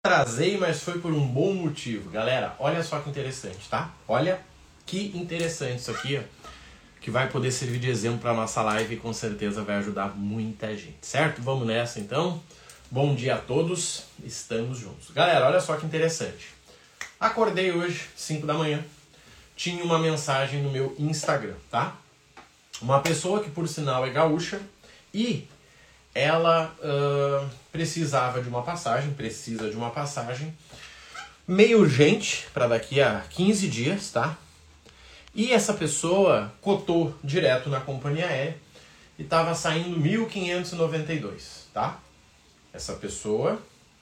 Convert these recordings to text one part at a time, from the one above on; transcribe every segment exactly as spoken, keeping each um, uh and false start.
Atrasei, mas foi por um bom motivo. Galera, olha só que interessante, tá? Olha que interessante isso aqui, ó, que vai poder servir de exemplo para nossa live e com certeza vai ajudar muita gente, certo? Vamos nessa então. Bom dia a todos, estamos juntos. Galera, olha só que interessante. Acordei hoje, cinco da manhã, tinha uma mensagem no meu Instagram, tá? Uma pessoa que por sinal é gaúcha e ela uh, precisava de uma passagem, precisa de uma passagem meio urgente para daqui a quinze dias, tá? E essa pessoa cotou direto na companhia aérea e estava saindo mil quinhentos e noventa e dois, tá? Essa pessoa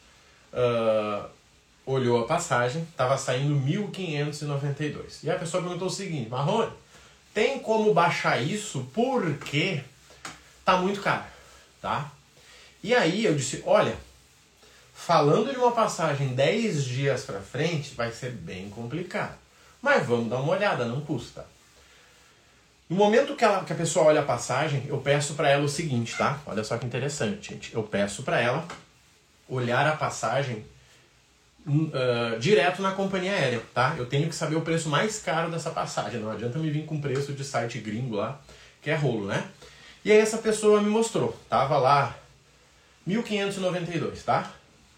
uh, olhou a passagem, estava saindo mil quinhentos e noventa e dois. E a pessoa perguntou o seguinte: Marrone, tem como baixar isso porque tá muito caro? Tá? E aí eu disse, olha, falando de uma passagem dez dias para frente, vai ser bem complicado. Mas vamos dar uma olhada, não custa. No momento que, ela, que a pessoa olha a passagem, eu peço para ela o seguinte, tá? Olha só que interessante, gente. Eu peço para ela olhar a passagem uh, direto na companhia aérea, tá? Eu tenho que saber o preço mais caro dessa passagem. Não adianta me vir com preço de site gringo lá, que é rolo, né? E aí essa pessoa me mostrou, tava lá mil quinhentos e noventa e dois, tá?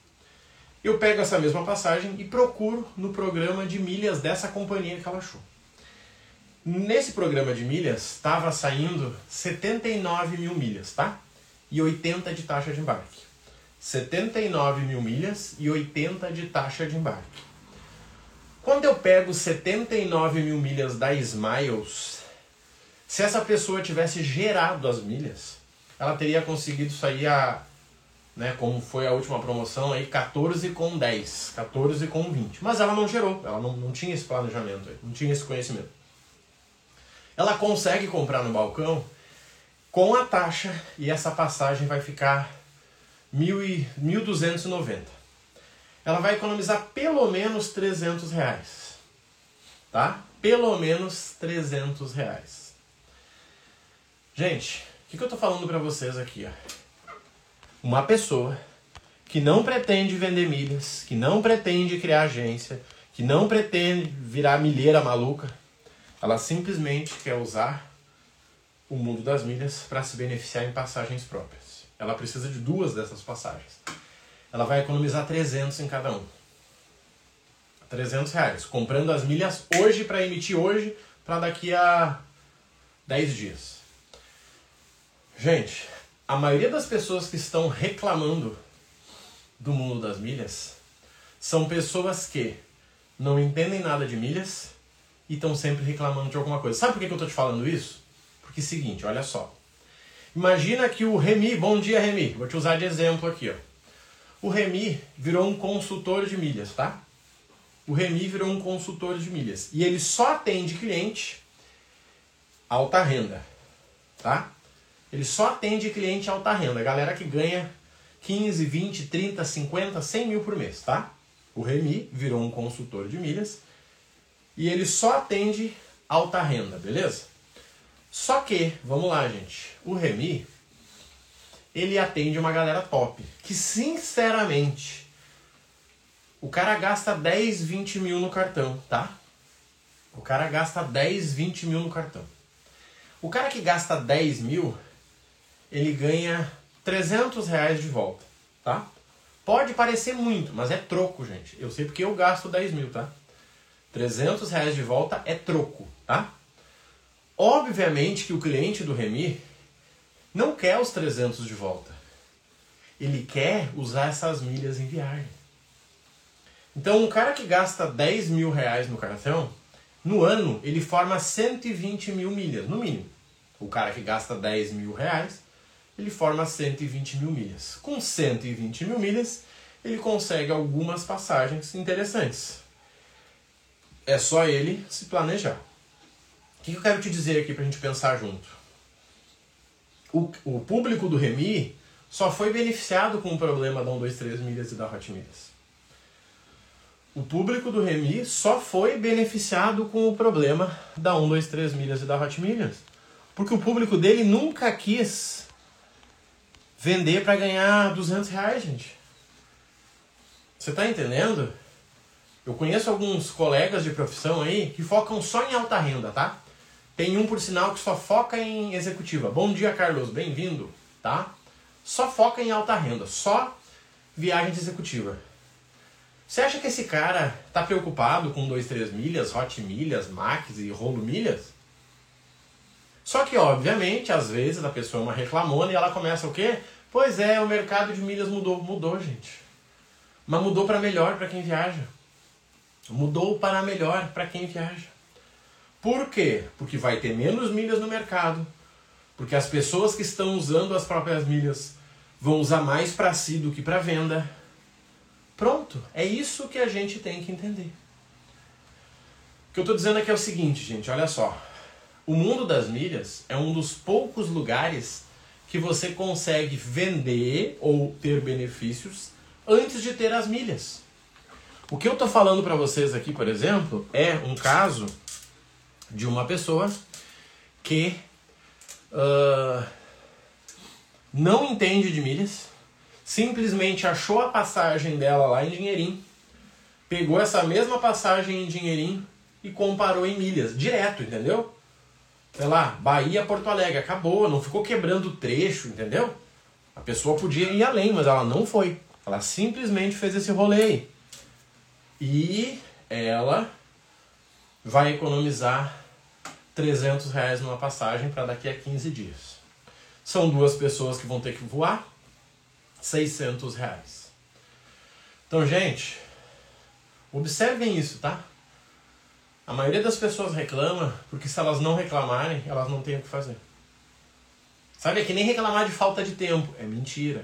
Eu pego essa mesma passagem e procuro no programa de milhas dessa companhia que ela achou. Nesse programa de milhas estava saindo setenta e nove mil milhas, tá? E oitenta de taxa de embarque. setenta e nove mil milhas e oitenta de taxa de embarque. Quando eu pego setenta e nove mil milhas da Smiles, se essa pessoa tivesse gerado as milhas, ela teria conseguido sair a, né, como foi a última promoção, aí quatorze com dez, quatorze com vinte. Mas ela não gerou, ela não, não tinha esse planejamento, aí, não tinha esse conhecimento. Ela consegue comprar no balcão com a taxa e essa passagem vai ficar mil duzentos e noventa. Ela vai economizar pelo menos trezentos reais, tá? Pelo menos trezentos reais. Gente, o que, que eu tô falando pra vocês aqui, ó? Uma pessoa que não pretende vender milhas, que não pretende criar agência, que não pretende virar milheira maluca, ela simplesmente quer usar o mundo das milhas para se beneficiar em passagens próprias. Ela precisa de duas dessas passagens. Ela vai economizar trezentos em cada um. trezentos reais. Comprando as milhas hoje para emitir hoje, para daqui a dez dias. Gente, a maioria das pessoas que estão reclamando do mundo das milhas são pessoas que não entendem nada de milhas e estão sempre reclamando de alguma coisa. Sabe por que eu estou te falando isso? Porque é o seguinte, olha só. Imagina que o Remy, bom dia Remy, vou te usar de exemplo aqui, ó. O Remy virou um consultor de milhas, tá? O Remy virou um consultor de milhas e ele só atende cliente alta renda, tá? Ele só atende cliente alta renda, galera que ganha quinze, vinte, trinta, cinquenta, cem mil por mês, tá? O Remy virou um consultor de milhas e ele só atende alta renda, beleza? Só que, vamos lá, gente, o Remy, ele atende uma galera top, que sinceramente, o cara gasta dez, vinte mil no cartão, tá? O cara gasta dez, vinte mil no cartão. O cara que gasta dez mil, ele ganha trezentos reais de volta, tá? Pode parecer muito, mas é troco, gente. Eu sei porque eu gasto dez mil, tá? trezentos reais de volta é troco, tá? Obviamente que o cliente do Remy não quer os trezentos de volta. Ele quer usar essas milhas em viagem. Então, um cara que gasta dez mil reais no cartão, no ano, ele forma cento e vinte mil milhas, no mínimo. O cara que gasta dez mil reais, ele forma cento e vinte mil milhas. Com cento e vinte mil milhas, ele consegue algumas passagens interessantes. É só ele se planejar. O que eu quero te dizer aqui pra gente pensar junto? O, o público do Remy só foi beneficiado com o problema da um, dois, três milhas e da Hot Milhas. O público do Remy só foi beneficiado com o problema da um, dois, três milhas e da Hot Milhas. Porque o público dele nunca quis vender para ganhar duzentos reais, gente. Você tá entendendo? Eu conheço alguns colegas de profissão aí que focam só em alta renda, tá? Tem um, por sinal, que só foca em executiva. Bom dia, Carlos, bem-vindo, tá? Só foca em alta renda, só viagem de executiva. Você acha que esse cara tá preocupado com dois, três milhas, hot milhas, max e rolo milhas? Só que, obviamente, às vezes a pessoa é uma reclamona e ela começa o quê? Pois é, o mercado de milhas mudou. Mudou, gente. Mas mudou para melhor para quem viaja. Mudou para melhor para quem viaja. Por quê? Porque vai ter menos milhas no mercado. Porque as pessoas que estão usando as próprias milhas vão usar mais para si do que para venda. Pronto. É isso que a gente tem que entender. O que eu estou dizendo aqui é o seguinte, gente. Olha só. O mundo das milhas é um dos poucos lugares que você consegue vender ou ter benefícios antes de ter as milhas. O que eu estou falando para vocês aqui, por exemplo, é um caso de uma pessoa que uh, não entende de milhas, simplesmente achou a passagem dela lá em Dinheirinho, pegou essa mesma passagem em Dinheirinho e comparou em milhas, direto, entendeu? Sei lá, Bahia, Porto Alegre, acabou, não ficou quebrando o trecho, entendeu? A pessoa podia ir além, mas ela não foi. Ela simplesmente fez esse rolê aí. E ela vai economizar trezentos reais numa passagem para daqui a quinze dias. São duas pessoas que vão ter que voar, seiscentos reais. Então, gente, observem isso, tá? A maioria das pessoas reclama porque se elas não reclamarem, elas não têm o que fazer. Sabe, é que nem reclamar de falta de tempo. É mentira.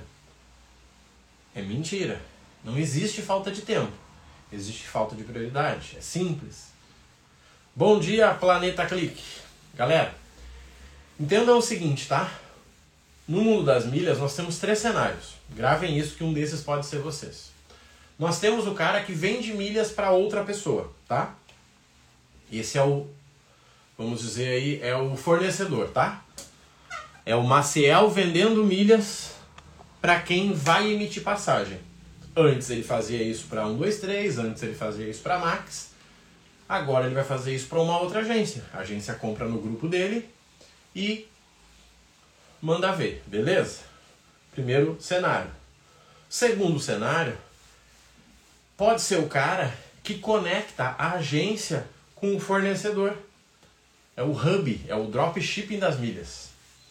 É mentira. Não existe falta de tempo. Existe falta de prioridade. É simples. Bom dia, Planeta Clique. Galera, entendam o seguinte, tá? No mundo das milhas, nós temos três cenários. Gravem isso que um desses pode ser vocês. Nós temos o cara que vende milhas para outra pessoa, tá? Esse é o, vamos dizer aí, é o fornecedor, tá? É o Maciel vendendo milhas para quem vai emitir passagem. Antes ele fazia isso para um, dois, três, antes ele fazia isso para Max. Agora ele vai fazer isso para uma outra agência. A agência compra no grupo dele e manda ver, beleza? Primeiro cenário. Segundo cenário, pode ser o cara que conecta a agência com o fornecedor. É o hub, é o dropshipping das milhas.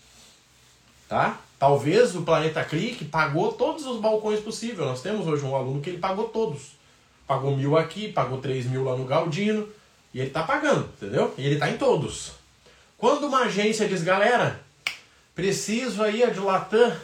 Tá? Talvez o Planeta Clique pagou todos os balcões possíveis. Nós temos hoje um aluno que ele pagou todos. Pagou mil aqui, pagou três mil lá no Galdino. E ele tá pagando, entendeu? E ele tá em todos. Quando uma agência diz, galera, preciso aí de Latam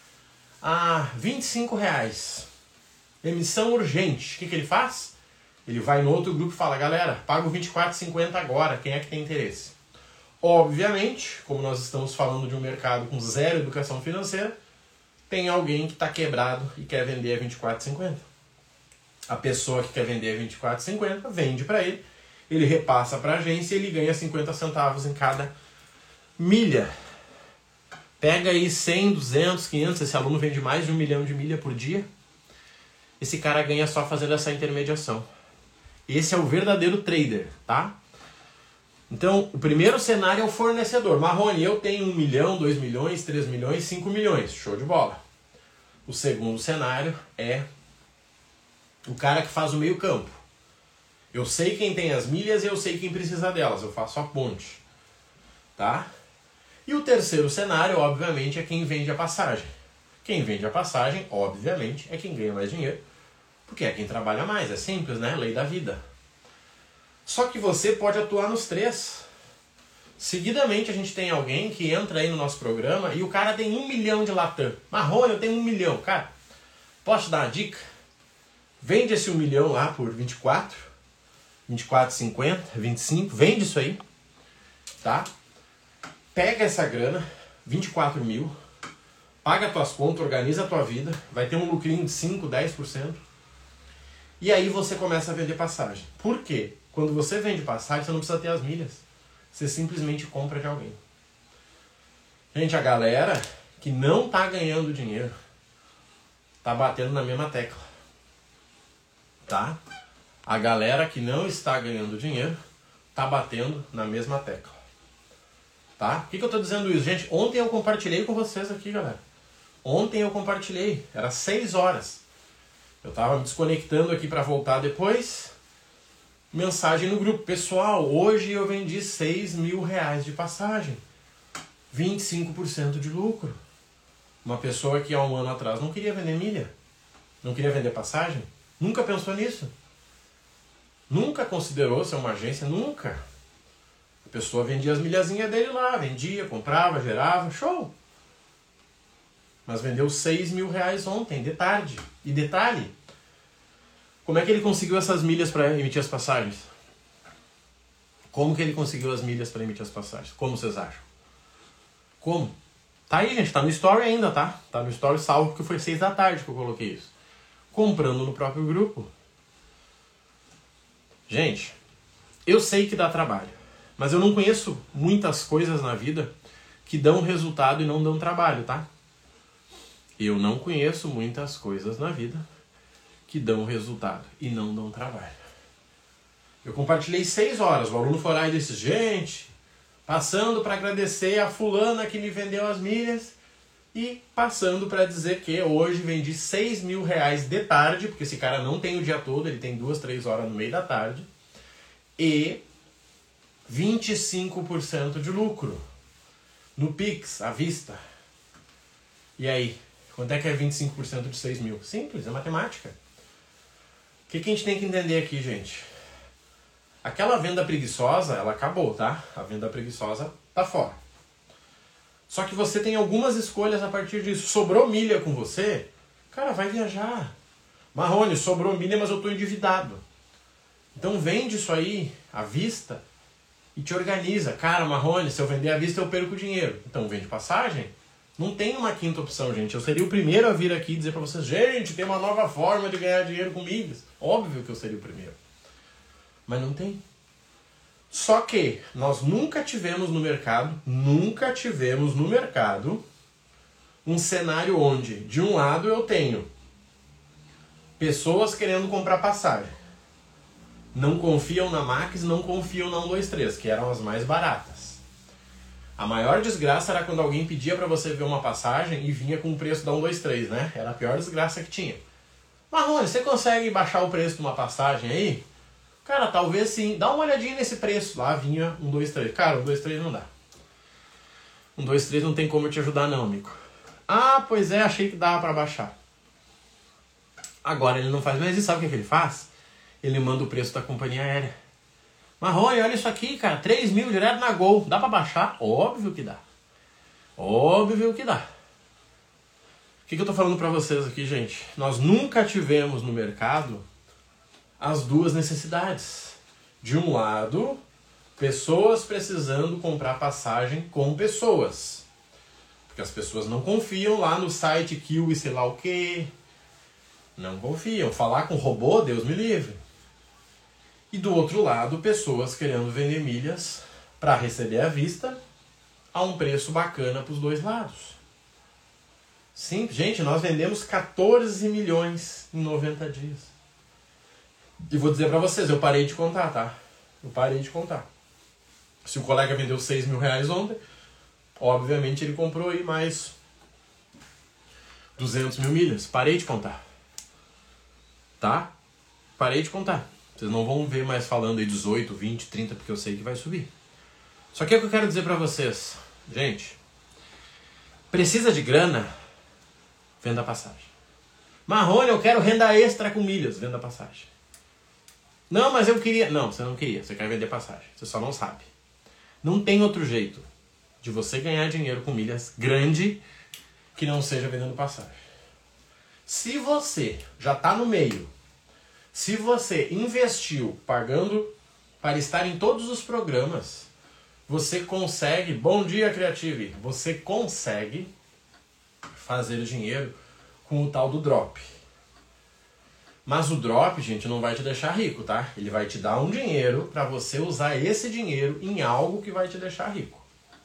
a vinte e cinco reais. Emissão urgente. O que, que ele faz? Ele vai no outro grupo e fala, galera, pago vinte e quatro reais e cinquenta centavos agora, quem é que tem interesse? Obviamente, como nós estamos falando de um mercado com zero educação financeira, tem alguém que está quebrado e quer vender a vinte e quatro reais e cinquenta centavos. A pessoa que quer vender a vinte e quatro reais e cinquenta centavos vende para ele, ele repassa para a agência e ele ganha cinquenta centavos em cada milha. Pega aí cem, duzentos, quinhentos, esse aluno vende mais de um milhão de milha por dia. Esse cara ganha só fazendo essa intermediação. Esse é o verdadeiro trader, tá? Então, o primeiro cenário é o fornecedor. Marrone, eu tenho um milhão, dois milhões, três milhões, cinco milhões. Show de bola. O segundo cenário é o cara que faz o meio campo. Eu sei quem tem as milhas e eu sei quem precisa delas. Eu faço a ponte. Tá? E o terceiro cenário, obviamente, é quem vende a passagem. Quem vende a passagem, obviamente, é quem ganha mais dinheiro. Porque é quem trabalha mais. É simples, né? Lei da vida. Só que você pode atuar nos três. Seguidamente a gente tem alguém que entra aí no nosso programa e o cara tem um milhão de Latam. Marrone, eu tenho um milhão. Cara, posso te dar uma dica? Vende esse um milhão lá por vinte e quatro, vinte e quatro, cinquenta, vinte e cinco. Vende isso aí. Tá? Pega essa grana, vinte e quatro mil. Paga tuas contas, organiza a tua vida. Vai ter um lucrinho de cinco, dez por cento. E aí você começa a vender passagem. Por quê? Quando você vende passagem, você não precisa ter as milhas. Você simplesmente compra de alguém. Gente, a galera que não está ganhando dinheiro está batendo na mesma tecla. tá? A galera que não está ganhando dinheiro tá batendo na mesma tecla, tá? Por que, que eu tô dizendo isso, gente? Ontem eu compartilhei com vocês aqui, galera. Ontem eu compartilhei, era seis horas. Eu tava me desconectando aqui para voltar depois. Mensagem no grupo. Pessoal, hoje eu vendi seis mil reais de passagem. vinte e cinco por cento de lucro. Uma pessoa que há um ano atrás não queria vender milha. Não queria vender passagem. Nunca pensou nisso. Nunca considerou ser uma agência. Nunca. A pessoa vendia as milhazinhas dele lá. Vendia, comprava, gerava. Show. Mas vendeu seis mil reais ontem, de tarde. E detalhe, como é que ele conseguiu essas milhas para emitir as passagens? Como que ele conseguiu as milhas para emitir as passagens? Como vocês acham? Como? Tá aí, gente, tá no story ainda, tá? Tá no story salvo, porque foi seis da tarde que eu coloquei isso. Comprando no próprio grupo. Gente, eu sei que dá trabalho, mas eu não conheço muitas coisas na vida que dão resultado e não dão trabalho, tá? Eu não conheço muitas coisas na vida que dão resultado e não dão trabalho. Eu compartilhei seis horas, o aluno foi lá e disse, gente, passando para agradecer a fulana que me vendeu as milhas e passando para dizer que hoje vendi seis mil reais de tarde, porque esse cara não tem o dia todo, ele tem duas, três horas no meio da tarde, e vinte e cinco por cento de lucro no Pix, à vista. E aí? Quanto é que é vinte e cinco por cento de seis mil? Simples, é matemática. O que, que a gente tem que entender aqui, gente? Aquela venda preguiçosa, ela acabou, tá? A venda preguiçosa tá fora. Só que você tem algumas escolhas a partir disso. Sobrou milha com você? Cara, vai viajar. Marrone, sobrou milha, mas eu tô endividado. Então vende isso aí à vista e te organiza. Cara, Marrone, se eu vender à vista eu perco dinheiro. Então vende passagem. Não tem uma quinta opção, gente. Eu seria o primeiro a vir aqui e dizer para vocês, gente, tem uma nova forma de ganhar dinheiro com milhas. Óbvio que eu seria o primeiro. Mas não tem. Só que nós nunca tivemos no mercado, nunca tivemos no mercado um cenário onde, de um lado, eu tenho pessoas querendo comprar passagem. Não confiam na Max, não confiam na um dois três, que eram as mais baratas. A maior desgraça era quando alguém pedia para você ver uma passagem e vinha com o preço da um dois três, né? Era a pior desgraça que tinha. Marrone, você consegue baixar o preço de uma passagem aí? Cara, talvez sim. Dá uma olhadinha nesse preço. Lá vinha um dois três. Cara, um dois três não dá. um dois três não tem como eu te ajudar não, amigo. Ah, pois é, achei que dava para baixar. Agora ele não faz mais isso. Sabe o que, que ele faz? Ele manda o preço da companhia aérea. Marrone, olha isso aqui, cara. três mil direto na Gol. Dá pra baixar? Óbvio que dá. Óbvio que dá. O que, que eu tô falando pra vocês aqui, gente? Nós nunca tivemos no mercado as duas necessidades. De um lado, pessoas precisando comprar passagem com pessoas. Porque as pessoas não confiam lá no site Kill e sei lá o quê. Não confiam. Falar com robô, Deus me livre. E do outro lado, pessoas querendo vender milhas para receber à vista a um preço bacana para os dois lados. Sim, gente, nós vendemos quatorze milhões em noventa dias. E vou dizer para vocês, eu parei de contar, tá? Eu parei de contar. Se o colega vendeu seis mil reais ontem, obviamente ele comprou aí mais duzentos mil milhas. Parei de contar. Tá? Parei de contar. Vocês não vão ver mais falando aí dezoito, vinte, trinta, porque eu sei que vai subir. Só que é o que eu quero dizer pra vocês. Gente, precisa de grana? Venda passagem. Marrone, eu quero renda extra com milhas. Venda passagem. Não, mas eu queria... Não, você não queria. Você quer vender passagem. Você só não sabe. Não tem outro jeito de você ganhar dinheiro com milhas grande que não seja vendendo passagem. Se você já tá no meio... Se você investiu pagando para estar em todos os programas, você consegue, bom dia Creative, você consegue fazer dinheiro com o tal do drop. Mas o drop, gente, não vai te deixar rico, tá? Ele vai te dar um dinheiro para você usar esse dinheiro em algo que vai te deixar rico.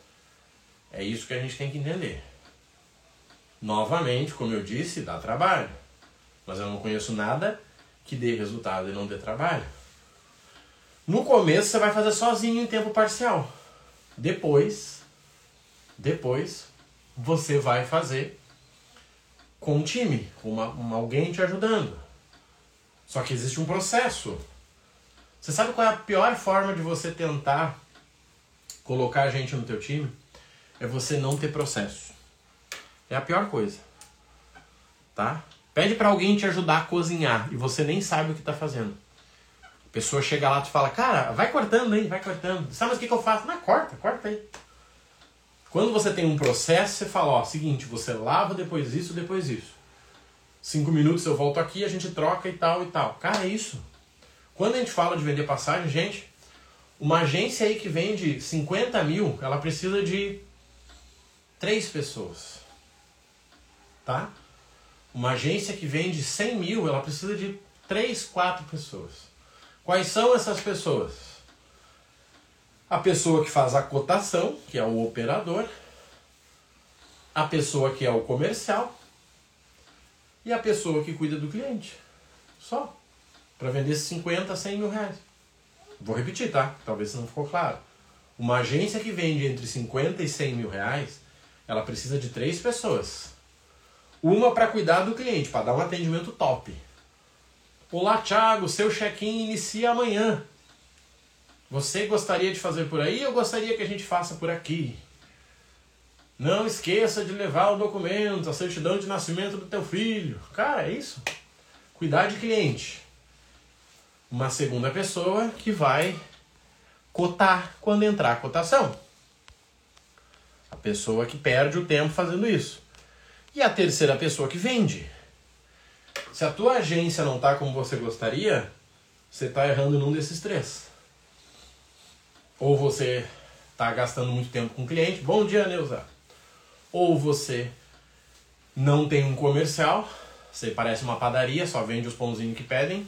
É isso que a gente tem que entender. Novamente, como eu disse, dá trabalho. Mas eu não conheço nada que dê resultado e não dê trabalho. No começo você vai fazer sozinho em tempo parcial. Depois, depois você vai fazer com um time, com uma, uma, alguém te ajudando. Só que existe um processo. Você sabe qual é a pior forma de você tentar colocar gente no teu time? É você não ter processo. É a pior coisa. Tá? Pede pra alguém te ajudar a cozinhar e você nem sabe o que tá fazendo. A pessoa chega lá e tu fala, cara, vai cortando aí, vai cortando. Sabe mas o que, que eu faço? Não, corta, corta aí. Quando você tem um processo, você fala, ó, seguinte, você lava, depois isso, depois isso. Cinco minutos eu volto aqui, a gente troca e tal e tal. Cara, é isso. Quando a gente fala de vender passagem, gente, uma agência aí que vende cinquenta mil, ela precisa de três pessoas. Tá? Uma agência que vende cem mil, ela precisa de três, quatro pessoas. Quais são essas pessoas? A pessoa que faz a cotação, que é o operador, a pessoa que é o comercial e a pessoa que cuida do cliente. Só. Para vender cinquenta, cem mil reais. Vou repetir, tá? Talvez não ficou claro. Uma agência que vende entre cinquenta e cem mil reais, ela precisa de três pessoas. Uma para cuidar do cliente, para dar um atendimento top. Olá, Thiago, seu check-in inicia amanhã. Você gostaria de fazer por aí ou gostaria que a gente faça por aqui? Não esqueça de levar o documento, a certidão de nascimento do teu filho. Cara, é isso. Cuidar de cliente. Uma segunda pessoa que vai cotar quando entrar a cotação. A pessoa que perde o tempo fazendo isso. E a terceira pessoa que vende. Se a tua agência não está como você gostaria, você está errando num desses três. Ou você está gastando muito tempo com o cliente. Bom dia, Neuza. Ou você não tem um comercial. Você parece uma padaria, só vende os pãozinhos que pedem.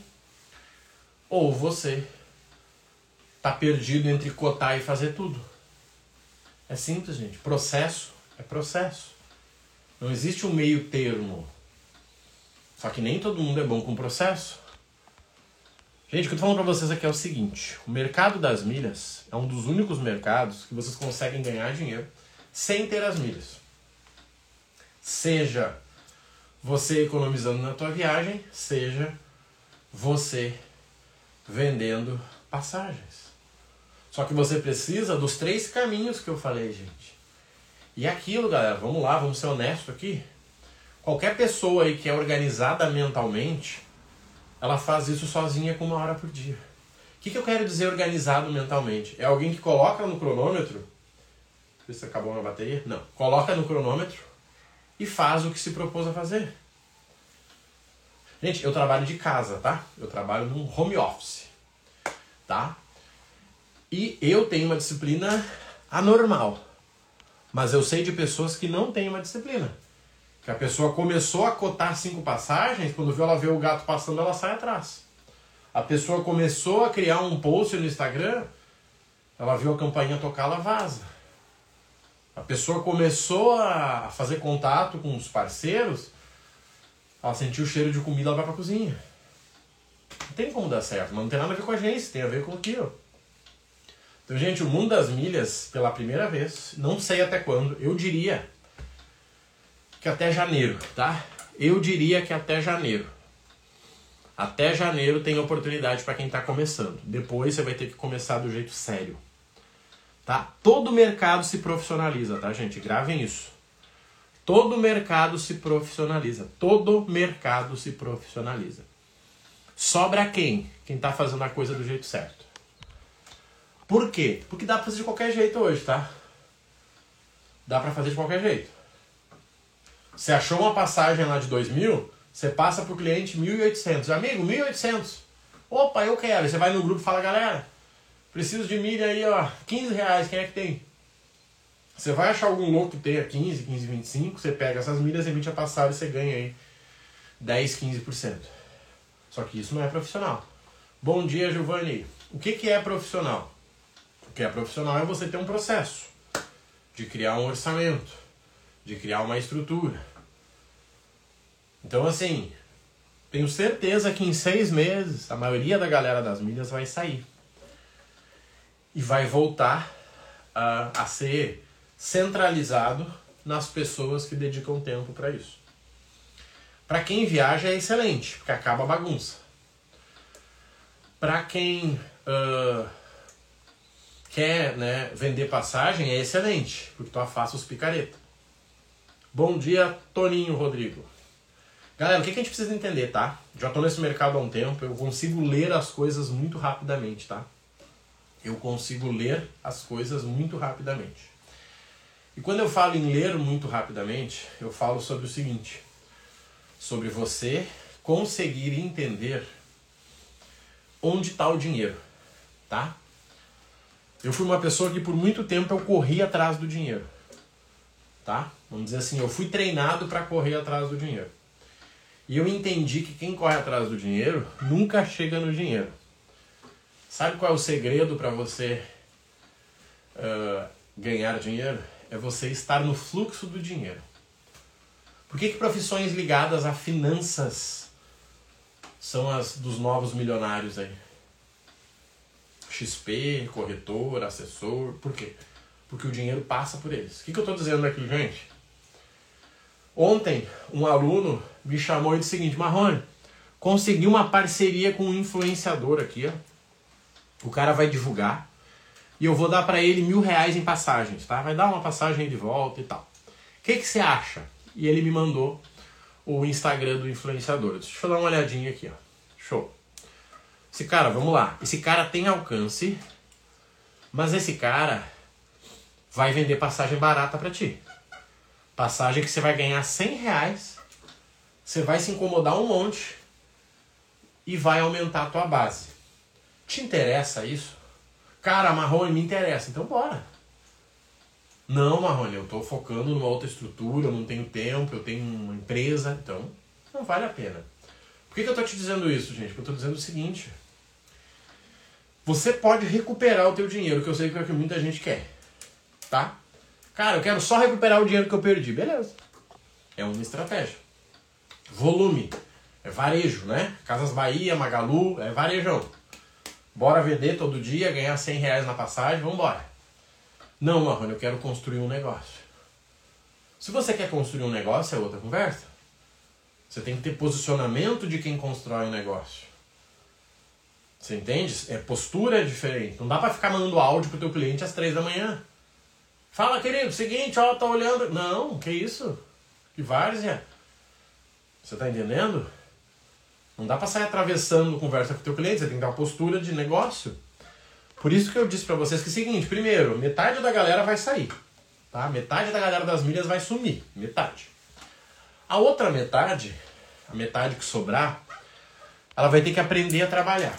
Ou você está perdido entre cotar e fazer tudo. É simples, gente. Processo é processo. Não existe um meio termo. Só que nem todo mundo é bom com processo. Gente, o que eu tô falando pra vocês aqui é o seguinte. O mercado das milhas é um dos únicos mercados que vocês conseguem ganhar dinheiro sem ter as milhas. Seja você economizando na tua viagem, seja você vendendo passagens. Só que você precisa dos três caminhos que eu falei, gente. E aquilo, galera, vamos lá, vamos ser honestos aqui. Qualquer pessoa aí que é organizada mentalmente, ela faz isso sozinha com uma hora por dia. O que, que eu quero dizer organizado mentalmente? É alguém que coloca no cronômetro, deixa eu ver se acabou a bateria, não, coloca no cronômetro e faz o que se propôs a fazer. Gente, eu trabalho de casa, tá? Eu trabalho num home office, tá? E eu tenho uma disciplina anormal, mas eu sei de pessoas que não têm uma disciplina. Que a pessoa começou a cotar cinco passagens, quando viu ela vê o gato passando, ela sai atrás. A pessoa começou a criar um post no Instagram, ela viu a campainha tocar, ela vaza. A pessoa começou a fazer contato com os parceiros, ela sentiu o cheiro de comida, ela vai pra cozinha. Não tem como dar certo, mas não tem nada a ver com a agência, tem a ver com aquilo. Então, gente, o mundo das milhas, pela primeira vez, não sei até quando, eu diria que até janeiro, tá? Eu diria que até janeiro. Até janeiro tem oportunidade para quem está começando. Depois você vai ter que começar do jeito sério. Tá? Todo mercado se profissionaliza, tá, gente? Gravem isso. Todo mercado se profissionaliza. Todo mercado se profissionaliza. Sobra quem? Quem está fazendo a coisa do jeito certo. Por quê? Porque dá para fazer de qualquer jeito hoje, tá? Dá para fazer de qualquer jeito. Você achou uma passagem lá de dois mil, você passa pro cliente mil e oitocentos. Amigo, mil e oitocentos. Opa, eu quero. Você vai no grupo e fala, galera, preciso de milha aí, ó, quinze reais, quem é que tem? Você vai achar algum louco que tenha quinze, quinze, vinte e cinco, você pega essas milhas, emite a passagem e você ganha aí dez, quinze por cento. Só que isso não é profissional. Bom dia, Giovanni. O que, que é profissional? O que é profissional é você ter um processo de criar um orçamento, de criar uma estrutura. Então, assim, tenho certeza que em seis meses a maioria da galera das milhas vai sair. E vai voltar a, a ser centralizado nas pessoas que dedicam tempo para isso. Para quem viaja é excelente, porque acaba a bagunça. Para quem uh, quer, né, vender passagem é excelente, porque tu afasta os picareta. Bom dia, Toninho Rodrigo. Galera, o que, que a gente precisa entender, tá? Já tô nesse mercado há um tempo, eu consigo ler as coisas muito rapidamente, tá? Eu consigo ler as coisas muito rapidamente. E quando eu falo em ler muito rapidamente, eu falo sobre o seguinte, sobre você conseguir entender onde está o dinheiro, tá? Eu fui uma pessoa que por muito tempo eu corri atrás do dinheiro, tá? Vamos dizer assim, eu fui treinado para correr atrás do dinheiro. E eu entendi que quem corre atrás do dinheiro nunca chega no dinheiro. Sabe qual é o segredo para você uh, ganhar dinheiro? É você estar no fluxo do dinheiro. Por que que profissões ligadas a finanças são as dos novos milionários aí? X P, corretor, assessor, por quê? Porque o dinheiro passa por eles. O que que eu estou dizendo aqui, gente? Ontem, um aluno me chamou e disse o seguinte, Marrone, consegui uma parceria com um influenciador aqui, ó. O cara vai divulgar e eu vou dar para ele mil reais em passagens, tá? Vai dar uma passagem de volta e tal. O que que você acha? E ele me mandou o Instagram do influenciador. Deixa eu dar uma olhadinha aqui, ó. Show. Esse cara, vamos lá. Esse cara tem alcance, mas esse cara vai vender passagem barata para ti. Passagem que você vai ganhar cem reais, você vai se incomodar um monte e vai aumentar a tua base. Te interessa isso? Cara, Marrone, me interessa. Então bora. Não, Marrone, eu estou focando numa outra estrutura, eu não tenho tempo, eu tenho uma empresa, então não vale a pena. Por que que eu estou te dizendo isso, gente? Porque eu estou dizendo o seguinte. Você pode recuperar o teu dinheiro, que eu sei que é o que muita gente quer. Tá? Cara, eu quero só recuperar o dinheiro que eu perdi. Beleza. É uma estratégia. Volume. É varejo, né? Casas Bahia, Magalu, é varejão. Bora vender todo dia, ganhar cem reais na passagem, vamos embora. Não, Marrone, eu quero construir um negócio. Se você quer construir um negócio, é outra conversa. Você tem que ter posicionamento de quem constrói um negócio. Você entende? É, postura é diferente. Não dá pra ficar mandando áudio pro teu cliente às três da manhã. Fala, querido, seguinte, ó, tá olhando... Não, que isso? Que várzea? Você tá entendendo? Não dá pra sair atravessando conversa com o teu cliente, você tem que dar uma postura de negócio. Por isso que eu disse pra vocês que é o seguinte, primeiro, metade da galera vai sair, tá? Metade da galera das milhas vai sumir, metade. A outra metade, a metade que sobrar, ela vai ter que aprender a trabalhar.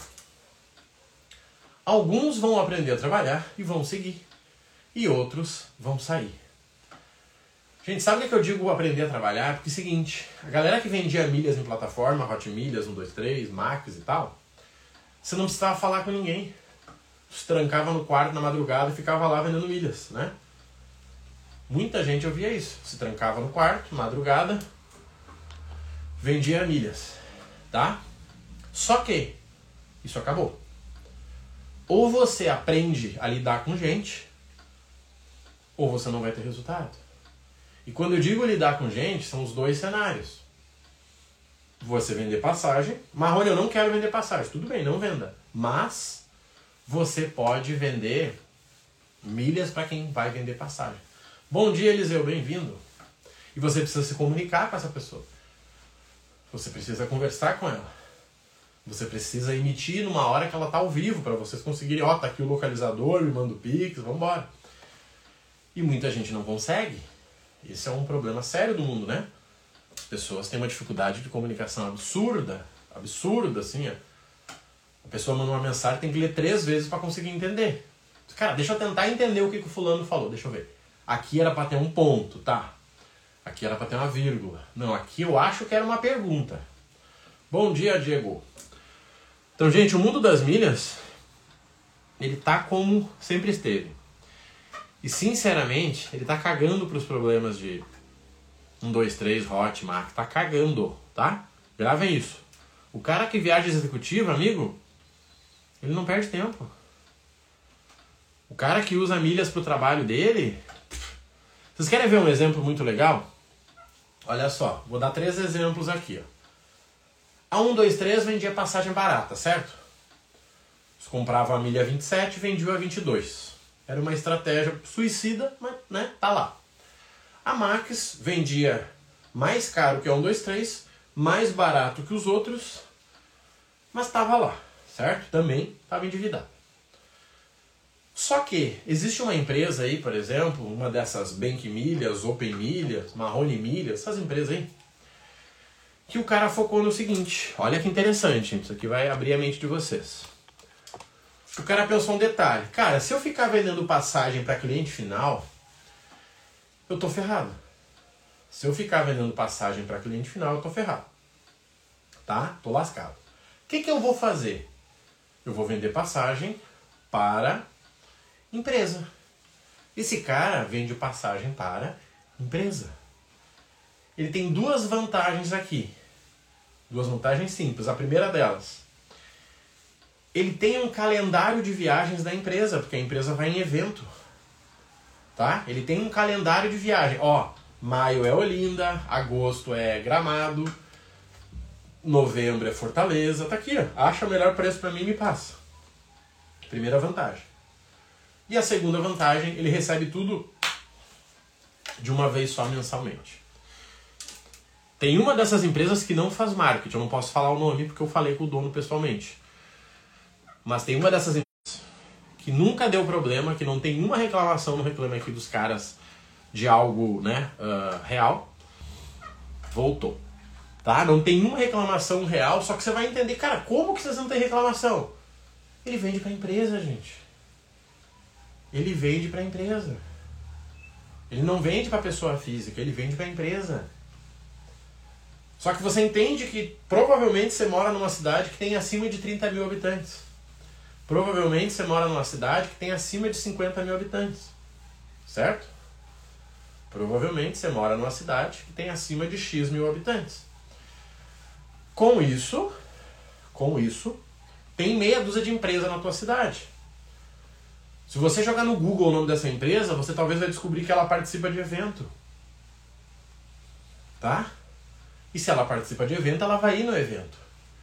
Alguns vão aprender a trabalhar e vão seguir, e outros vão sair. Gente, sabe o que eu digo aprender a trabalhar? Porque é o seguinte, a galera que vendia milhas em plataforma, Hot Milhas, um, dois, três, Max e tal, você não precisava falar com ninguém. Se trancava no quarto na madrugada e ficava lá vendendo milhas, né? Muita gente ouvia isso. Se trancava no quarto, madrugada, vendia milhas, tá? Só que isso acabou. Ou você aprende a lidar com gente, ou você não vai ter resultado. E quando eu digo lidar com gente, são os dois cenários. Você vender passagem. Marrone, eu não quero vender passagem. Tudo bem, não venda. Mas você pode vender milhas para quem vai vender passagem. Bom dia, Eliseu, bem-vindo. E você precisa se comunicar com essa pessoa. Você precisa conversar com ela. Você precisa emitir numa hora que ela está ao vivo para vocês conseguirem, ó, tá aqui o localizador, me manda o Pix, vamos embora. E muita gente não consegue. Esse é um problema sério do mundo, né? As pessoas têm uma dificuldade de comunicação absurda, absurda, assim, ó. A pessoa manda uma mensagem, tem que ler três vezes para conseguir entender. Cara, deixa eu tentar entender o que, que o fulano falou, deixa eu ver. Aqui era para ter um ponto, tá? Aqui era para ter uma vírgula. Não, aqui eu acho que era uma pergunta. Bom dia, Diego. Então, gente, o mundo das milhas, ele tá como sempre esteve. E, sinceramente, ele tá cagando pros problemas de um, dois, três, Hot, Mac. Tá cagando, tá? Gravem isso. O cara que viaja executivo, amigo, ele não perde tempo. O cara que usa milhas pro trabalho dele... Vocês querem ver um exemplo muito legal? Olha só, vou dar três exemplos aqui. Ó. A um, dois, três vendia passagem barata, certo? Eles compravam a milha vinte e sete e vendiam a vinte e dois. Era uma estratégia suicida, mas né, tá lá. A Max vendia mais caro que a um, dois, três, mais barato que os outros, mas estava lá, certo? Também estava endividado. Só que existe uma empresa aí, por exemplo, uma dessas Bank Milhas, Open Milhas, Marrone Milhas, essas empresas aí, que o cara focou no seguinte, olha que interessante, isso aqui vai abrir a mente de vocês. O cara pensou um detalhe, cara, se eu ficar vendendo passagem para cliente final, eu tô ferrado. Se eu ficar vendendo passagem para cliente final, eu tô ferrado. Tá? Tô lascado. O que que eu vou fazer? Eu vou vender passagem para empresa. Esse cara vende passagem para empresa. Ele tem duas vantagens aqui. Duas vantagens simples. A primeira delas, ele tem um calendário de viagens da empresa, porque a empresa vai em evento. Tá? Ele tem um calendário de viagem. Ó, maio é Olinda, agosto é Gramado, novembro é Fortaleza. Tá aqui, ó. Acha o melhor preço para mim e me passa. Primeira vantagem. E a segunda vantagem, ele recebe tudo de uma vez só mensalmente. Tem uma dessas empresas que não faz marketing, eu não posso falar o nome porque eu falei com o dono pessoalmente. Mas tem uma dessas empresas que nunca deu problema, que não tem nenhuma reclamação no Reclame Aqui dos caras de algo, né, uh, real. Voltou. Tá? Não tem nenhuma reclamação real, só que você vai entender, cara, como que vocês não têm reclamação? Ele vende para a empresa, gente. Ele vende para a empresa. Ele não vende para a pessoa física, ele vende para a empresa. Só que você entende que provavelmente você mora numa cidade que tem acima de trinta mil habitantes. Provavelmente você mora numa cidade que tem acima de cinquenta mil habitantes. Certo? Provavelmente você mora numa cidade que tem acima de X mil habitantes. Com isso, com isso, tem meia dúzia de empresas na tua cidade. Se você jogar no Google o nome dessa empresa, você talvez vai descobrir que ela participa de evento. Tá? E se ela participa de evento, ela vai ir no evento.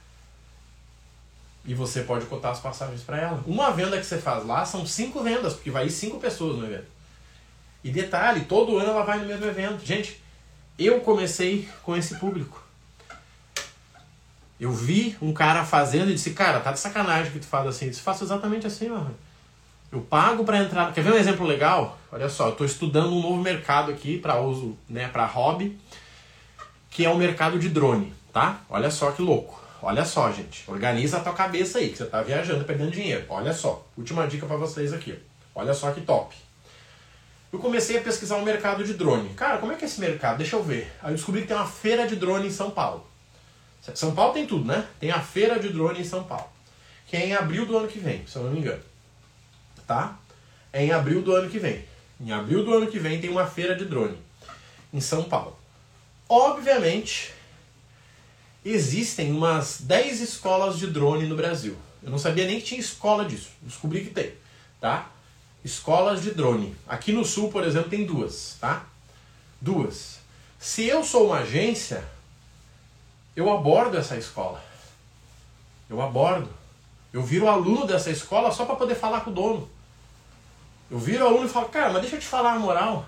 E você pode cotar as passagens para ela. Uma venda que você faz lá são cinco vendas, porque vai ir cinco pessoas no evento. E detalhe, todo ano ela vai no mesmo evento. Gente, eu comecei com esse público. Eu vi um cara fazendo e disse, cara, tá de sacanagem que tu faz assim. Eu disse, faço exatamente assim, mano. Eu pago para entrar... Quer ver um exemplo legal? Olha só, eu estou estudando um novo mercado aqui para uso, né, para hobby, que é o mercado de drone, tá? Olha só que louco. Olha só, gente. Organiza a tua cabeça aí, que você tá viajando, perdendo dinheiro. Olha só. Última dica para vocês aqui. Olha só que top. Eu comecei a pesquisar o mercado de drone. Cara, como é que é esse mercado? Deixa eu ver. Aí eu descobri que tem uma feira de drone em São Paulo. São Paulo tem tudo, né? Tem a feira de drone em São Paulo, que é em abril do ano que vem, se eu não me engano. Tá? É em abril do ano que vem. Em abril do ano que vem tem uma feira de drone em São Paulo. Obviamente, existem umas dez escolas de drone no Brasil. Eu não sabia nem que tinha escola disso. Descobri que tem, tá? Escolas de drone. Aqui no Sul, por exemplo, tem duas, tá? Duas. Se eu sou uma agência, eu abordo essa escola. Eu abordo. Eu viro aluno dessa escola só para poder falar com o dono. Eu viro aluno e falo, cara, mas deixa eu te falar a moral.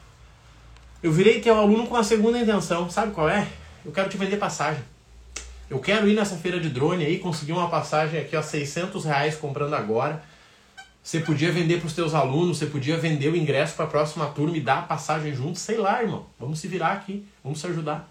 Eu virei teu aluno com a segunda intenção. Sabe qual é? Eu quero te vender passagem. Eu quero ir nessa feira de drone aí, conseguir uma passagem aqui a seiscentos reais comprando agora. Você podia vender para os teus alunos, você podia vender o ingresso para a próxima turma e dar a passagem junto. Sei lá, irmão. Vamos se virar aqui. Vamos se ajudar.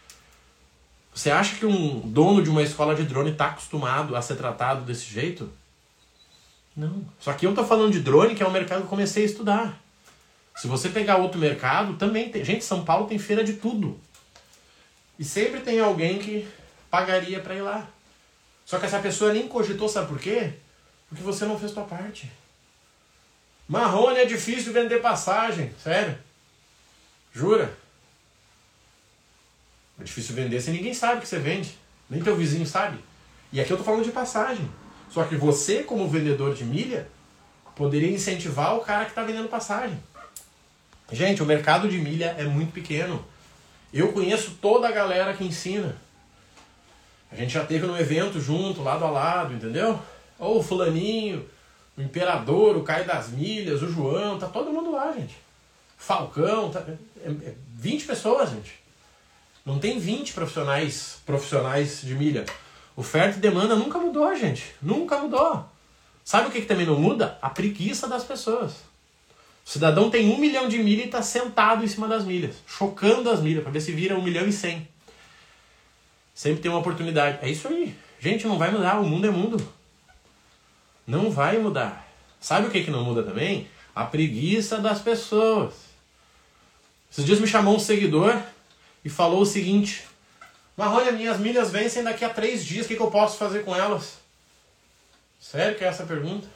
Você acha que um dono de uma escola de drone está acostumado a ser tratado desse jeito? Não. Só que eu estou falando de drone, que é um mercado que eu comecei a estudar. Se você pegar outro mercado, também tem. Gente, São Paulo tem feira de tudo. E sempre tem alguém que pagaria para ir lá. Só que essa pessoa nem cogitou, sabe por quê? Porque você não fez sua parte. Marrone, é difícil vender passagem. Sério. Jura? É difícil vender se ninguém sabe que você vende. Nem teu vizinho sabe. E aqui eu tô falando de passagem. Só que você, como vendedor de milha, poderia incentivar o cara que está vendendo passagem. Gente, o mercado de milha é muito pequeno. Eu conheço toda a galera que ensina. A gente já teve no evento junto, lado a lado, entendeu? Ou o fulaninho, o imperador, o Caio das Milhas, o João, tá todo mundo lá, gente. Falcão, tá, é, é vinte pessoas, gente. Não tem vinte profissionais, profissionais de milha. Oferta e demanda nunca mudou, gente. Nunca mudou. Sabe o que, que também não muda? A preguiça das pessoas. O cidadão tem um milhão de milha e está sentado em cima das milhas, chocando as milhas, para ver se vira um milhão e cem. Sempre tem uma oportunidade. É isso aí. Gente, não vai mudar. O mundo é mundo. Não vai mudar. Sabe o que, que não muda também? A preguiça das pessoas. Esses dias me chamou um seguidor e falou o seguinte: Marrone, minhas milhas vencem daqui a três dias, o que, que eu posso fazer com elas? Sério que é essa a pergunta?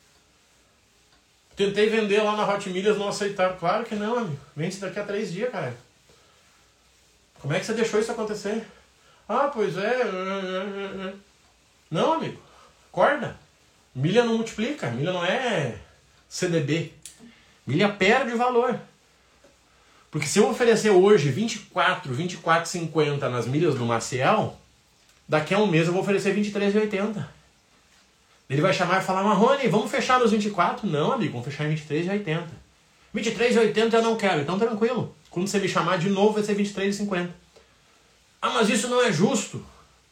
Tentei vender lá na Hot Milhas, não aceitaram. Claro que não, amigo. Vence daqui a três dias, cara. Como é que você deixou isso acontecer? Ah, pois é. Não, amigo. Acorda. Milha não multiplica. Milha não é C D B. Milha perde valor. Porque se eu oferecer hoje vinte e quatro, vinte e quatro e cinquenta nas milhas do Maciel, daqui a um mês eu vou oferecer vinte e três e oitenta. Ele vai chamar e falar: Marrone, vamos fechar nos vinte e quatro? Não, amigo, vamos fechar em vinte e três e oitenta. vinte e três e oitenta eu não quero, então tranquilo. Quando você me chamar de novo vai ser vinte e três e cinquenta. Ah, mas isso não é justo.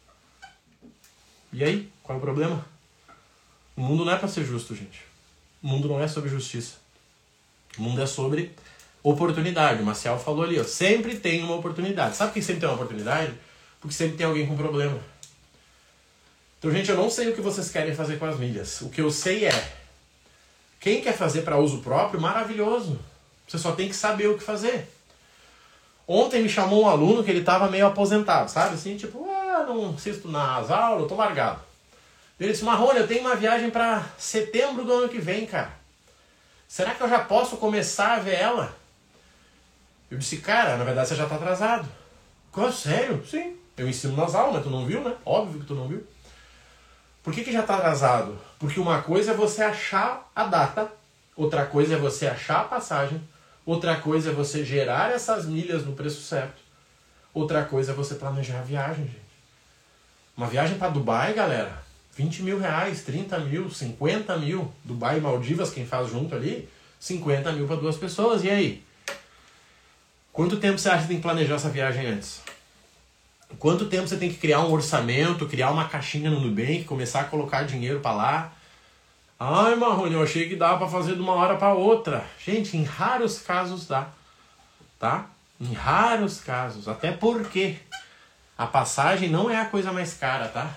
E aí? Qual é o problema? O mundo não é para ser justo, gente. O mundo não é sobre justiça. O mundo é sobre oportunidade. O Maciel falou ali, ó, sempre tem uma oportunidade. Sabe por que sempre tem uma oportunidade? Porque sempre tem alguém com problema. Então, gente, eu não sei o que vocês querem fazer com as milhas. O que eu sei é, quem quer fazer para uso próprio, maravilhoso. Você só tem que saber o que fazer. Ontem me chamou um aluno que ele estava meio aposentado, sabe? Assim, tipo, ah, não assisto nas aulas, eu tô largado. Ele disse: Marrone, eu tenho uma viagem para setembro do ano que vem, cara. Será que eu já posso começar a ver ela? Eu disse: cara, na verdade você já está atrasado. Qual, sério? Sim. Eu ensino nas aulas, mas tu não viu, né? Óbvio que tu não viu. Por que que já está atrasado? Porque uma coisa é você achar a data, outra coisa é você achar a passagem, outra coisa é você gerar essas milhas no preço certo, outra coisa é você planejar a viagem, gente. Uma viagem para Dubai, galera, vinte mil reais, trinta mil, cinquenta mil. Dubai e Maldivas, quem faz junto ali, cinquenta mil para duas pessoas. E aí? Quanto tempo você acha que tem que planejar essa viagem antes? Quanto tempo você tem que criar um orçamento, criar uma caixinha no Nubank, começar a colocar dinheiro para lá? Ai, Marrone, eu achei que dava para fazer de uma hora para outra. Gente, em raros casos dá. Tá? Em raros casos. Até porque a passagem não é a coisa mais cara, tá?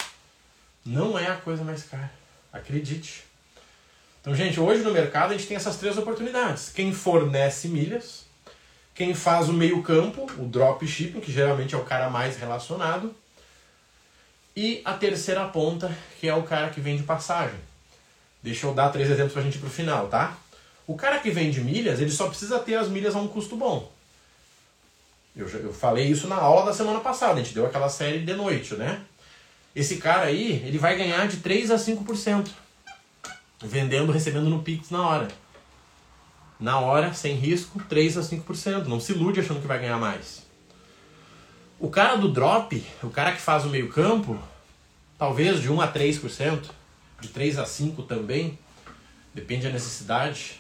Não é a coisa mais cara. Acredite. Então, gente, hoje no mercado a gente tem essas três oportunidades. Quem fornece milhas, quem faz o meio campo, o dropshipping, que geralmente é o cara mais relacionado, e a terceira ponta, que é o cara que vende passagem. Deixa eu dar três exemplos pra gente ir pro final, tá? O cara que vende milhas, ele só precisa ter as milhas a um custo bom. Eu, já, eu falei isso na aula da semana passada, a gente deu aquela série de noite, né? Esse cara aí, ele vai ganhar de três a cinco por cento. Vendendo, recebendo no Pix na hora. Na hora, sem risco, três a cinco por cento. Não se ilude achando que vai ganhar mais. O cara do drop, o cara que faz o meio campo, talvez de um a três por cento, de três a cinco por cento também, depende da necessidade.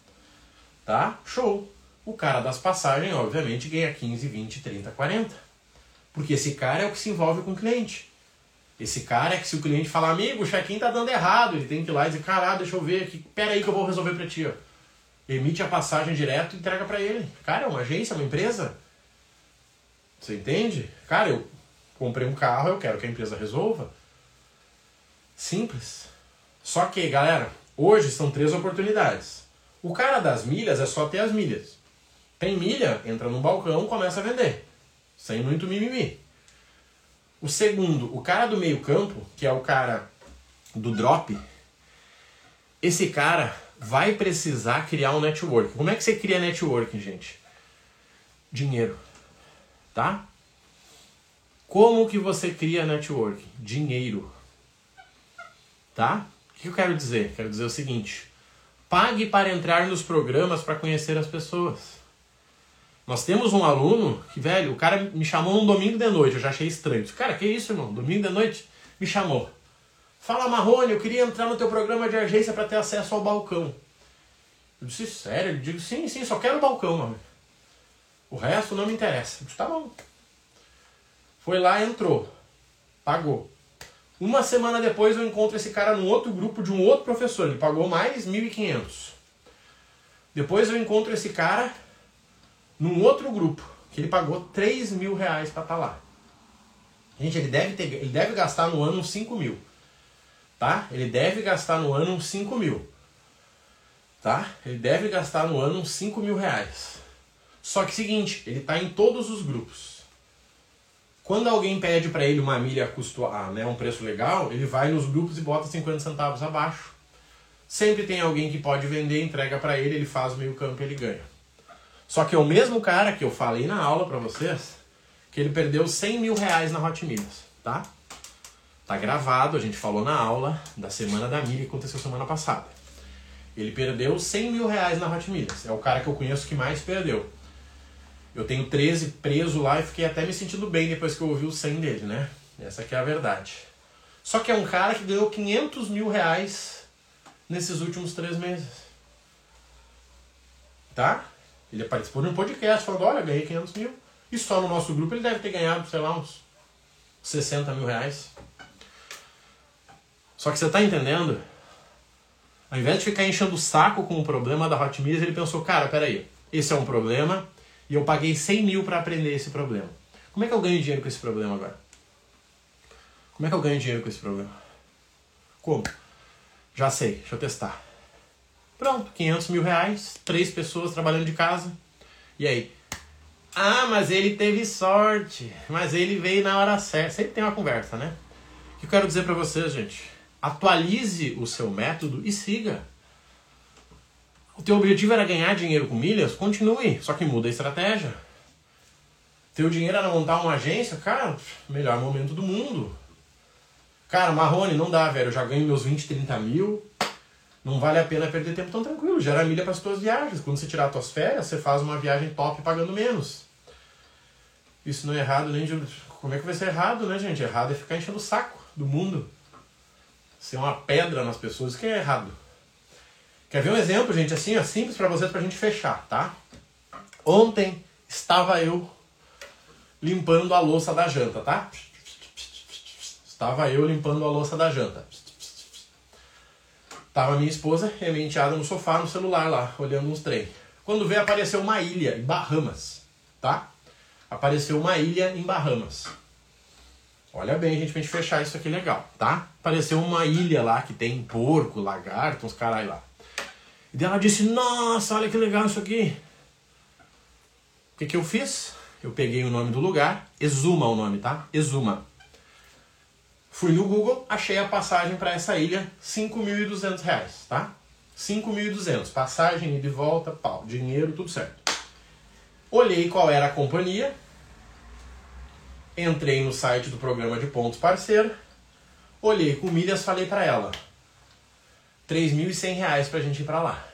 Tá? Show. O cara das passagens, obviamente, ganha quinze, vinte, trinta, quarenta. Porque esse cara é o que se envolve com o cliente. Esse cara é que se o cliente falar: amigo, o check-in tá dando errado, ele tem que ir lá e dizer: caralho, deixa eu ver aqui, pera aí que eu vou resolver pra ti, ó. Emite a passagem direto e entrega pra ele. Cara, é uma agência, uma empresa. Você entende? Cara, eu comprei um carro, eu quero que a empresa resolva. Simples. Só que, galera, hoje são três oportunidades. O cara das milhas é só ter as milhas. Tem milha, entra no balcão, começa a vender. Sem muito mimimi. O segundo, o cara do meio campo, que é o cara do drop, esse cara vai precisar criar um network. Como é que você cria networking, gente? Dinheiro. Tá? Como que você cria network? Dinheiro. Tá? O que eu quero dizer? Quero dizer o seguinte. Pague para entrar nos programas para conhecer as pessoas. Nós temos um aluno que, velho, o cara me chamou num domingo de noite. Eu já achei estranho. Disse, cara, que isso, irmão? Domingo de noite? Me chamou. Fala, Marrone, eu queria entrar no teu programa de agência para ter acesso ao balcão. Eu disse, sério? Ele disse, sim, sim, só quero o balcão, mano. O resto não me interessa. Eu disse, tá bom. Foi lá, entrou. Pagou. Uma semana depois eu encontro esse cara num outro grupo de um outro professor. Ele pagou mais mil e quinhentos. Depois eu encontro esse cara num outro grupo, que ele pagou três mil reais para estar lá. Gente, ele deve, ter, ele deve gastar no ano uns cinco mil. Tá? Ele deve gastar no ano uns cinco mil. Tá? Ele deve gastar no ano uns cinco mil reais. Só que seguinte, ele está em todos os grupos. Quando alguém pede para ele uma milha a custo, ah, né, um preço legal, ele vai nos grupos e bota cinquenta centavos abaixo. Sempre tem alguém que pode vender, entrega para ele, ele faz o meio campo e ele ganha. Só que é o mesmo cara que eu falei na aula para vocês, que ele perdeu cem mil reais na Hot Milhas, tá? Tá gravado, a gente falou na aula da Semana da Milha que aconteceu semana passada. Ele perdeu cem mil reais na Hot Milhas. É o cara que eu conheço que mais perdeu. Eu tenho treze preso lá e fiquei até me sentindo bem depois que eu ouvi o cem dele, né? Essa aqui é a verdade. Só que é um cara que ganhou quinhentos mil reais nesses últimos três meses. Tá? Ele participou de um podcast falando, olha, ganhei quinhentos mil. E só no nosso grupo ele deve ter ganhado, sei lá, uns sessenta mil reais. Só que você tá entendendo? Ao invés de ficar enchendo o saco com o problema da Hot Milhas, ele pensou, cara, peraí, esse é um problema e eu paguei cem mil para aprender esse problema. Como é que eu ganho dinheiro com esse problema agora? Como é que eu ganho dinheiro com esse problema? Como? Já sei, deixa eu testar. Pronto, quinhentos mil reais, três pessoas trabalhando de casa. E aí? Ah, mas ele teve sorte, mas ele veio na hora certa. Sempre tem uma conversa, né? O que eu quero dizer para vocês, gente? Atualize o seu método e siga. O teu objetivo era ganhar dinheiro com milhas? Continue, só que muda a estratégia. Teu dinheiro era montar uma agência? Cara, melhor momento do mundo. Cara, Marrone, não dá, velho. Eu já ganho meus vinte, trinta mil. Não vale a pena perder tempo tão tranquilo. Gera milha para as tuas viagens. Quando você tirar as tuas férias, você faz uma viagem top pagando menos. Isso não é errado nem de... Como é que vai ser errado, né, gente? Errado é ficar enchendo o saco do mundo. Ser uma pedra nas pessoas, isso que é errado. Quer ver um exemplo, gente? Assim, ó, simples para vocês, pra gente fechar, tá? Ontem estava eu limpando a louça da janta, tá? Estava eu limpando a louça da janta. Tava minha esposa e a minha enteada no sofá, no celular lá, olhando uns trem. Quando vê, apareceu uma ilha em Bahamas, tá? Apareceu uma ilha em Bahamas. Olha bem, gente, pra gente fechar isso aqui legal, tá? Apareceu uma ilha lá que tem porco, lagarto, uns caralho lá. E daí ela disse, nossa, olha que legal isso aqui. O que que eu fiz? Eu peguei o nome do lugar, Exuma o nome, tá? Exuma. Fui no Google, achei a passagem para essa ilha, cinco mil e duzentos reais, tá? cinco mil e duzentos, passagem, ida e volta, pau, dinheiro, tudo certo. Olhei qual era a companhia, entrei no site do programa de pontos parceiro, olhei com milhas, falei para ela, três mil e cem reais pra gente ir pra lá.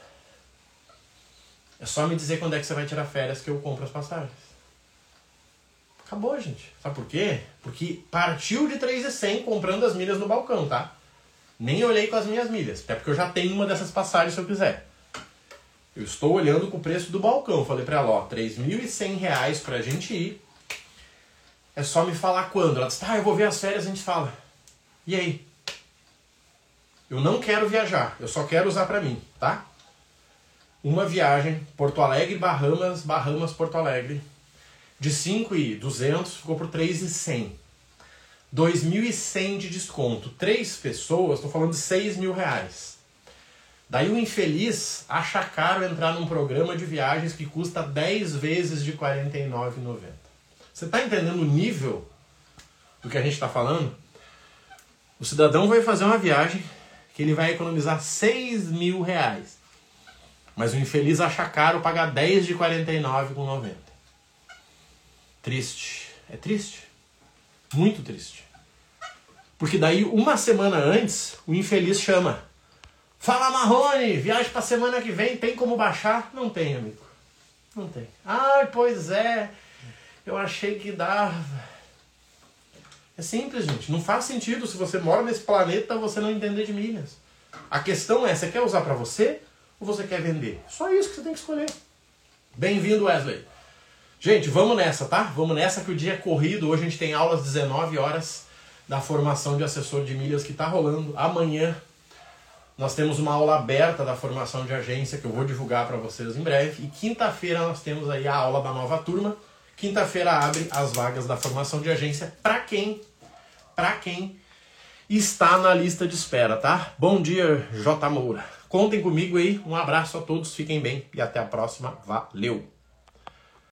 É só me dizer quando é que você vai tirar férias que eu compro as passagens. Acabou, gente. Sabe por quê? Porque partiu de três mil e cem comprando as milhas no balcão, tá? Nem olhei com as minhas milhas, até porque eu já tenho uma dessas passagens se eu quiser. Eu estou olhando com o preço do balcão. Falei pra ela, ó, três mil e cem reais pra gente ir. É só me falar quando. Ela disse, ah, eu vou ver as férias, a gente fala. E aí? Eu não quero viajar, eu só quero usar pra mim, tá? Uma viagem, Porto Alegre, Bahamas, Bahamas, Porto Alegre. De cinco mil e duzentos ficou por três mil e cem. dois mil e cem de desconto. Três pessoas, estou falando de seis mil reais. Daí o infeliz acha caro entrar num programa de viagens que custa dez vezes de quarenta e nove reais e noventa centavos. Você está entendendo o nível do que a gente está falando? O cidadão vai fazer uma viagem que ele vai economizar seis mil reais. Mas o infeliz acha caro pagar dez de quarenta e nove reais e noventa centavos. Triste. É triste. Muito triste. Porque daí, uma semana antes, o infeliz chama. Fala, Marrone, viagem pra semana que vem, tem como baixar? Não tem, amigo. Não tem. Ai, pois é, eu achei que dava. É simples, gente. Não faz sentido se você mora nesse planeta você não entender de milhas. A questão é, você quer usar pra você ou você quer vender? Só isso que você tem que escolher. Bem-vindo, Wesley. Gente, vamos nessa, tá? Vamos nessa que o dia é corrido. Hoje a gente tem aulas às dezenove horas da formação de assessor de milhas que tá rolando. Amanhã nós temos uma aula aberta da formação de agência que eu vou divulgar para vocês em breve. E quinta-feira nós temos aí a aula da nova turma. Quinta-feira abre as vagas da formação de agência para quem, para quem está na lista de espera, tá? Bom dia, J. Moura. Contem comigo aí. Um abraço a todos, fiquem bem e até a próxima. Valeu!